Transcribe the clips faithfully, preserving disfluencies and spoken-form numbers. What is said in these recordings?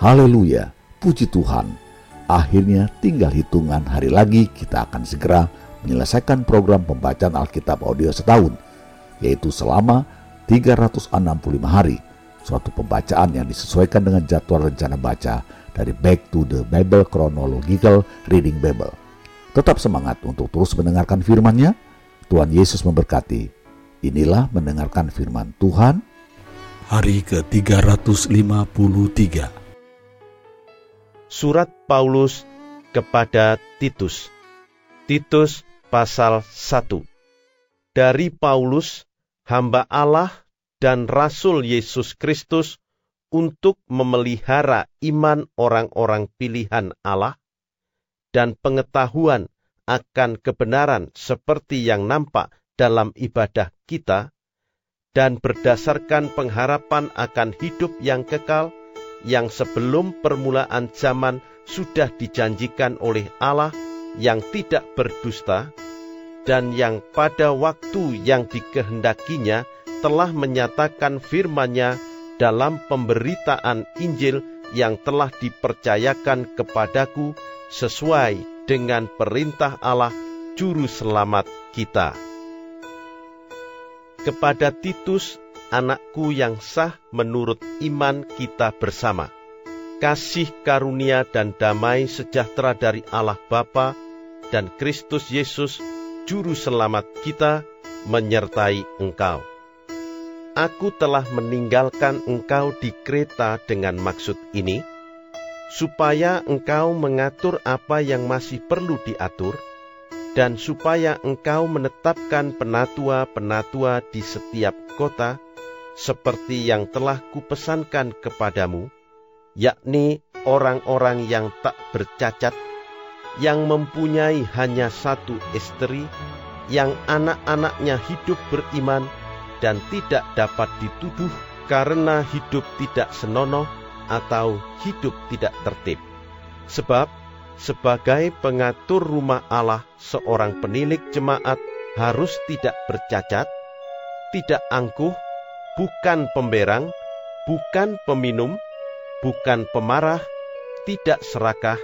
Haleluya, puji Tuhan. Akhirnya tinggal hitungan hari lagi kita akan segera menyelesaikan program pembacaan Alkitab audio setahun, yaitu selama tiga ratus enam puluh lima hari. Suatu pembacaan yang disesuaikan dengan jadwal rencana baca dari Back to the Bible Chronological Reading Bible. Tetap semangat untuk terus mendengarkan firman-Nya. Tuhan Yesus memberkati. Inilah mendengarkan firman Tuhan. Hari ke tiga ratus lima puluh tiga. Surat Paulus kepada Titus. Titus pasal satu. Dari Paulus, hamba Allah dan Rasul Yesus Kristus, untuk memelihara iman orang-orang pilihan Allah dan pengetahuan akan kebenaran seperti yang nampak dalam ibadah kita, dan berdasarkan pengharapan akan hidup yang kekal yang sebelum permulaan zaman sudah dijanjikan oleh Allah yang tidak berdusta, dan yang pada waktu yang dikehendakinya telah menyatakan firman-Nya dalam pemberitaan Injil yang telah dipercayakan kepadaku sesuai dengan perintah Allah Juru Selamat kita. Kepada Titus, anakku yang sah menurut iman kita bersama, kasih karunia dan damai sejahtera dari Allah Bapa dan Kristus Yesus, Juru Selamat kita, menyertai engkau. Aku telah meninggalkan engkau di Kreta dengan maksud ini, supaya engkau mengatur apa yang masih perlu diatur, dan supaya engkau menetapkan penatua-penatua di setiap kota, seperti yang telah kupesankan kepadamu, yakni orang-orang yang tak bercacat, yang mempunyai hanya satu istri, yang anak-anaknya hidup beriman, dan tidak dapat dituduh karena hidup tidak senonoh atau hidup tidak tertib. Sebab sebagai pengatur rumah Allah, seorang penilik jemaat harus tidak bercacat, tidak angkuh, bukan pemberang, bukan peminum, bukan pemarah, tidak serakah,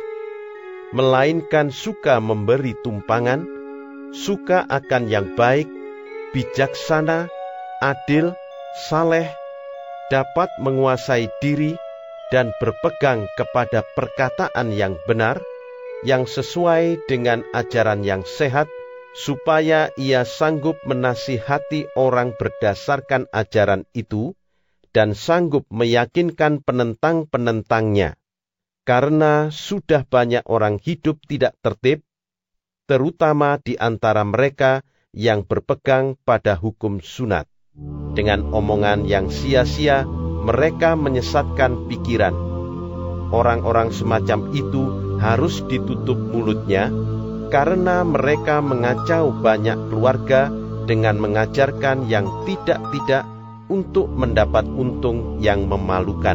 melainkan suka memberi tumpangan, suka akan yang baik, bijaksana, adil, saleh, dapat menguasai diri, dan berpegang kepada perkataan yang benar, yang sesuai dengan ajaran yang sehat, supaya ia sanggup menasihati orang berdasarkan ajaran itu, dan sanggup meyakinkan penentang-penentangnya. Karena sudah banyak orang hidup tidak tertib, terutama di antara mereka yang berpegang pada hukum sunat. Dengan omongan yang sia-sia, mereka menyesatkan pikiran. Orang-orang semacam itu harus ditutup mulutnya, karena mereka mengacau banyak keluarga dengan mengajarkan yang tidak-tidak untuk mendapat untung yang memalukan.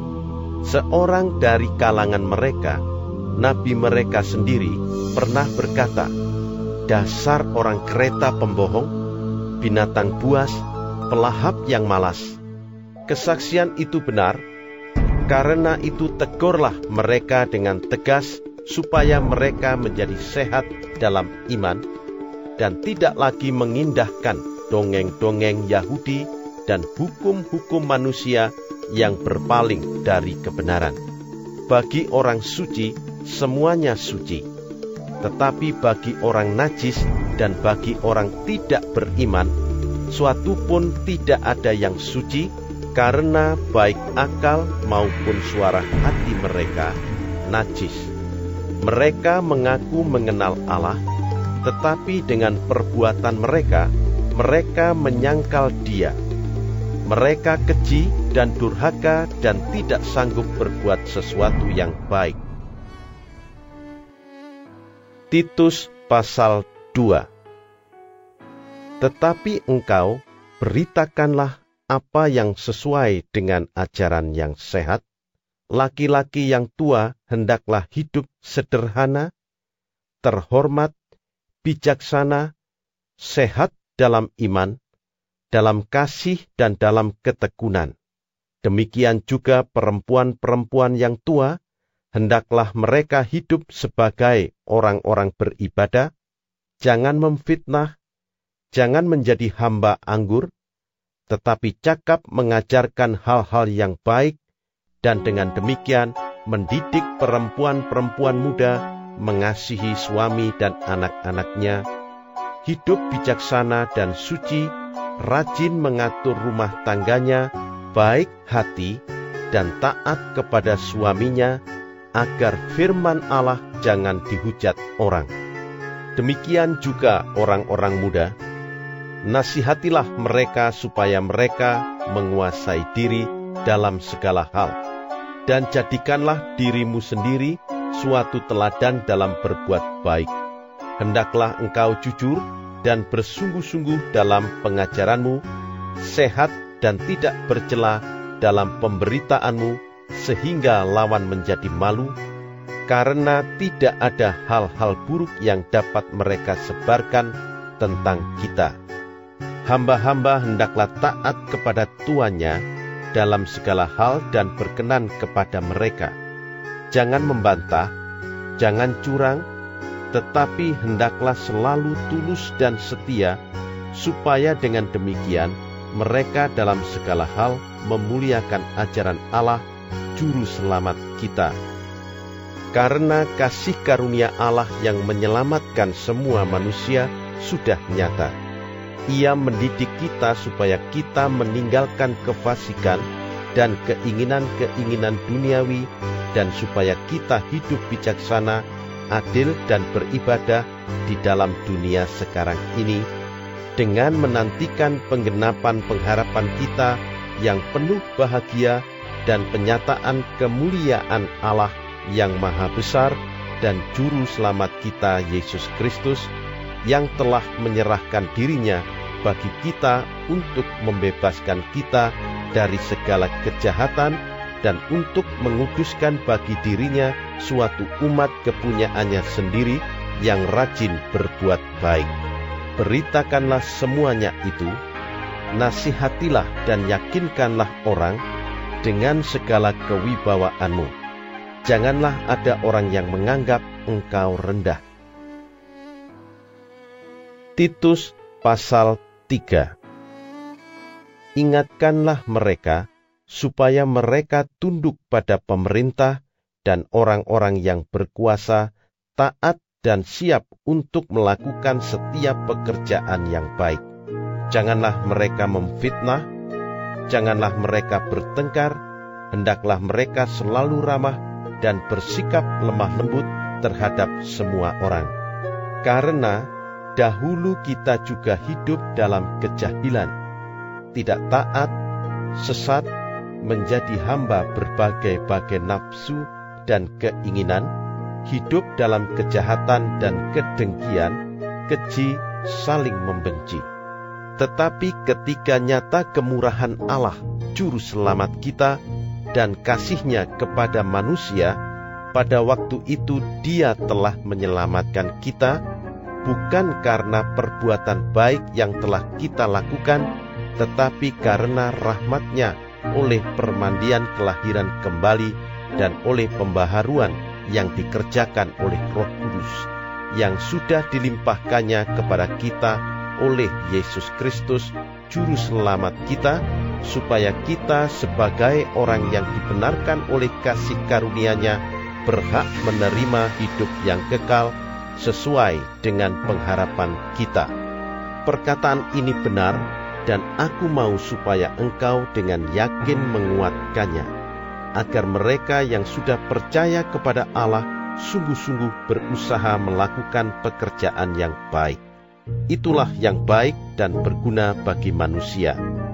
Seorang dari kalangan mereka, nabi mereka sendiri, pernah berkata, "Dasar orang Kreta pembohong, binatang buas, pelahap yang malas." Kesaksian itu benar, karena itu tegurlah mereka dengan tegas, supaya mereka menjadi sehat dalam iman, dan tidak lagi mengindahkan dongeng-dongeng Yahudi dan hukum-hukum manusia yang berpaling dari kebenaran. Bagi orang suci, semuanya suci, tetapi bagi orang najis dan bagi orang tidak beriman, suatu pun tidak ada yang suci, karena baik akal maupun suara hati mereka najis. Mereka mengaku mengenal Allah, tetapi dengan perbuatan mereka, mereka menyangkal Dia. Mereka keji dan durhaka dan tidak sanggup berbuat sesuatu yang baik. Titus pasal dua. Tetapi engkau beritakanlah apa yang sesuai dengan ajaran yang sehat. Laki-laki yang tua hendaklah hidup sederhana, terhormat, bijaksana, sehat dalam iman, dalam kasih dan dalam ketekunan. Demikian juga perempuan-perempuan yang tua, hendaklah mereka hidup sebagai orang-orang beribadah, jangan memfitnah, jangan menjadi hamba anggur, tetapi cakap mengajarkan hal-hal yang baik, dan dengan demikian mendidik perempuan-perempuan muda mengasihi suami dan anak-anaknya, hidup bijaksana dan suci, rajin mengatur rumah tangganya, baik hati dan taat kepada suaminya, agar firman Allah jangan dihujat orang. Demikian juga orang-orang muda, nasihatilah mereka supaya mereka menguasai diri dalam segala hal, dan jadikanlah dirimu sendiri suatu teladan dalam berbuat baik. Hendaklah engkau jujur dan bersungguh-sungguh dalam pengajaranmu, sehat dan tidak bercela dalam pemberitaanmu, sehingga lawan menjadi malu, karena tidak ada hal-hal buruk yang dapat mereka sebarkan tentang kita. Hamba-hamba hendaklah taat kepada tuannya dalam segala hal dan berkenan kepada mereka. Jangan membantah, jangan curang, tetapi hendaklah selalu tulus dan setia, supaya dengan demikian mereka dalam segala hal memuliakan ajaran Allah, Juru Selamat kita. Karena kasih karunia Allah yang menyelamatkan semua manusia sudah nyata. Ia mendidik kita supaya kita meninggalkan kefasikan dan keinginan-keinginan duniawi, dan supaya kita hidup bijaksana, adil dan beribadah di dalam dunia sekarang ini, dengan menantikan penggenapan pengharapan kita yang penuh bahagia dan penyataan kemuliaan Allah yang maha besar dan Juru Selamat kita Yesus Kristus, yang telah menyerahkan dirinya bagi kita untuk membebaskan kita dari segala kejahatan dan untuk menguduskan bagi dirinya suatu umat kepunyaannya sendiri yang rajin berbuat baik. Beritakanlah semuanya itu, nasihatilah dan yakinkanlah orang dengan segala kewibawaanmu. Janganlah ada orang yang menganggap engkau rendah. Titus pasal tiga. Ingatkanlah mereka supaya mereka tunduk pada pemerintah dan orang-orang yang berkuasa, taat dan siap untuk melakukan setiap pekerjaan yang baik. Janganlah mereka memfitnah, janganlah mereka bertengkar, hendaklah mereka selalu ramah dan bersikap lemah lembut terhadap semua orang. Karena dahulu kita juga hidup dalam kejahilan, tidak taat, sesat, menjadi hamba berbagai-bagai nafsu dan keinginan, hidup dalam kejahatan dan kedengkian, keji, saling membenci. Tetapi ketika nyata kemurahan Allah, Juru Selamat kita, dan kasih-Nya kepada manusia, pada waktu itu Dia telah menyelamatkan kita, bukan karena perbuatan baik yang telah kita lakukan, tetapi karena rahmat-Nya oleh permandian kelahiran kembali dan oleh pembaharuan yang dikerjakan oleh Roh Kudus, yang sudah dilimpahkannya kepada kita oleh Yesus Kristus, Juru Selamat kita, supaya kita sebagai orang yang dibenarkan oleh kasih karunia-Nya berhak menerima hidup yang kekal sesuai dengan pengharapan kita. Perkataan ini benar, dan aku mau supaya engkau dengan yakin menguatkannya, agar mereka yang sudah percaya kepada Allah sungguh-sungguh berusaha melakukan pekerjaan yang baik. Itulah yang baik dan berguna bagi manusia.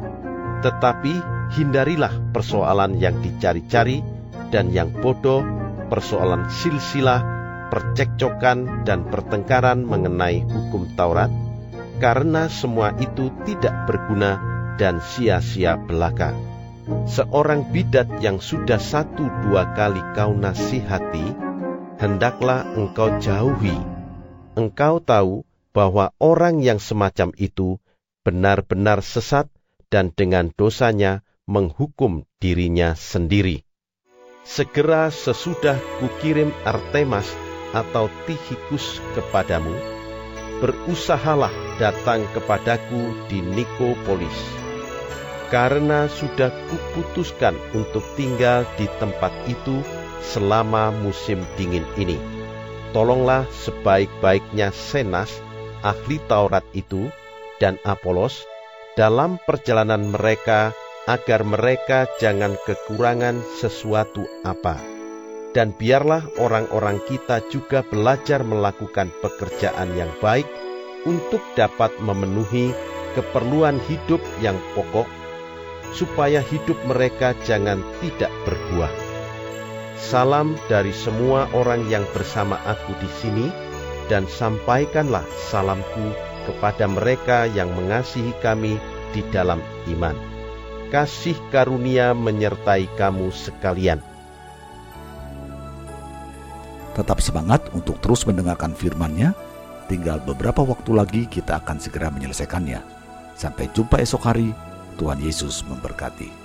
Tetapi hindarilah persoalan yang dicari-cari dan yang bodoh, persoalan silsilah, percekcokan dan pertengkaran mengenai hukum Taurat, karena semua itu tidak berguna dan sia-sia belaka. Seorang bidat yang sudah satu dua kali kau nasihati, hendaklah engkau jauhi. Engkau tahu bahwa orang yang semacam itu benar-benar sesat, dan dengan dosanya menghukum dirinya sendiri. Segera sesudah kukirim Artemas atau Tikhikus kepadamu, berusahalah datang kepadaku di Nikopolis, karena sudah kuputuskan untuk tinggal di tempat itu selama musim dingin ini. Tolonglah sebaik-baiknya Senas, ahli Taurat itu, dan Apolos dalam perjalanan mereka, agar mereka jangan kekurangan sesuatu apa. Dan biarlah orang-orang kita juga belajar melakukan pekerjaan yang baik untuk dapat memenuhi keperluan hidup yang pokok, supaya hidup mereka jangan tidak berbuah. Salam dari semua orang yang bersama aku di sini, dan sampaikanlah salamku kepada mereka yang mengasihi kami di dalam iman. Kasih karunia menyertai kamu sekalian. Tetap semangat untuk terus mendengarkan firman-Nya. Tinggal beberapa waktu lagi kita akan segera menyelesaikannya. Sampai jumpa esok hari. Tuhan Yesus memberkati.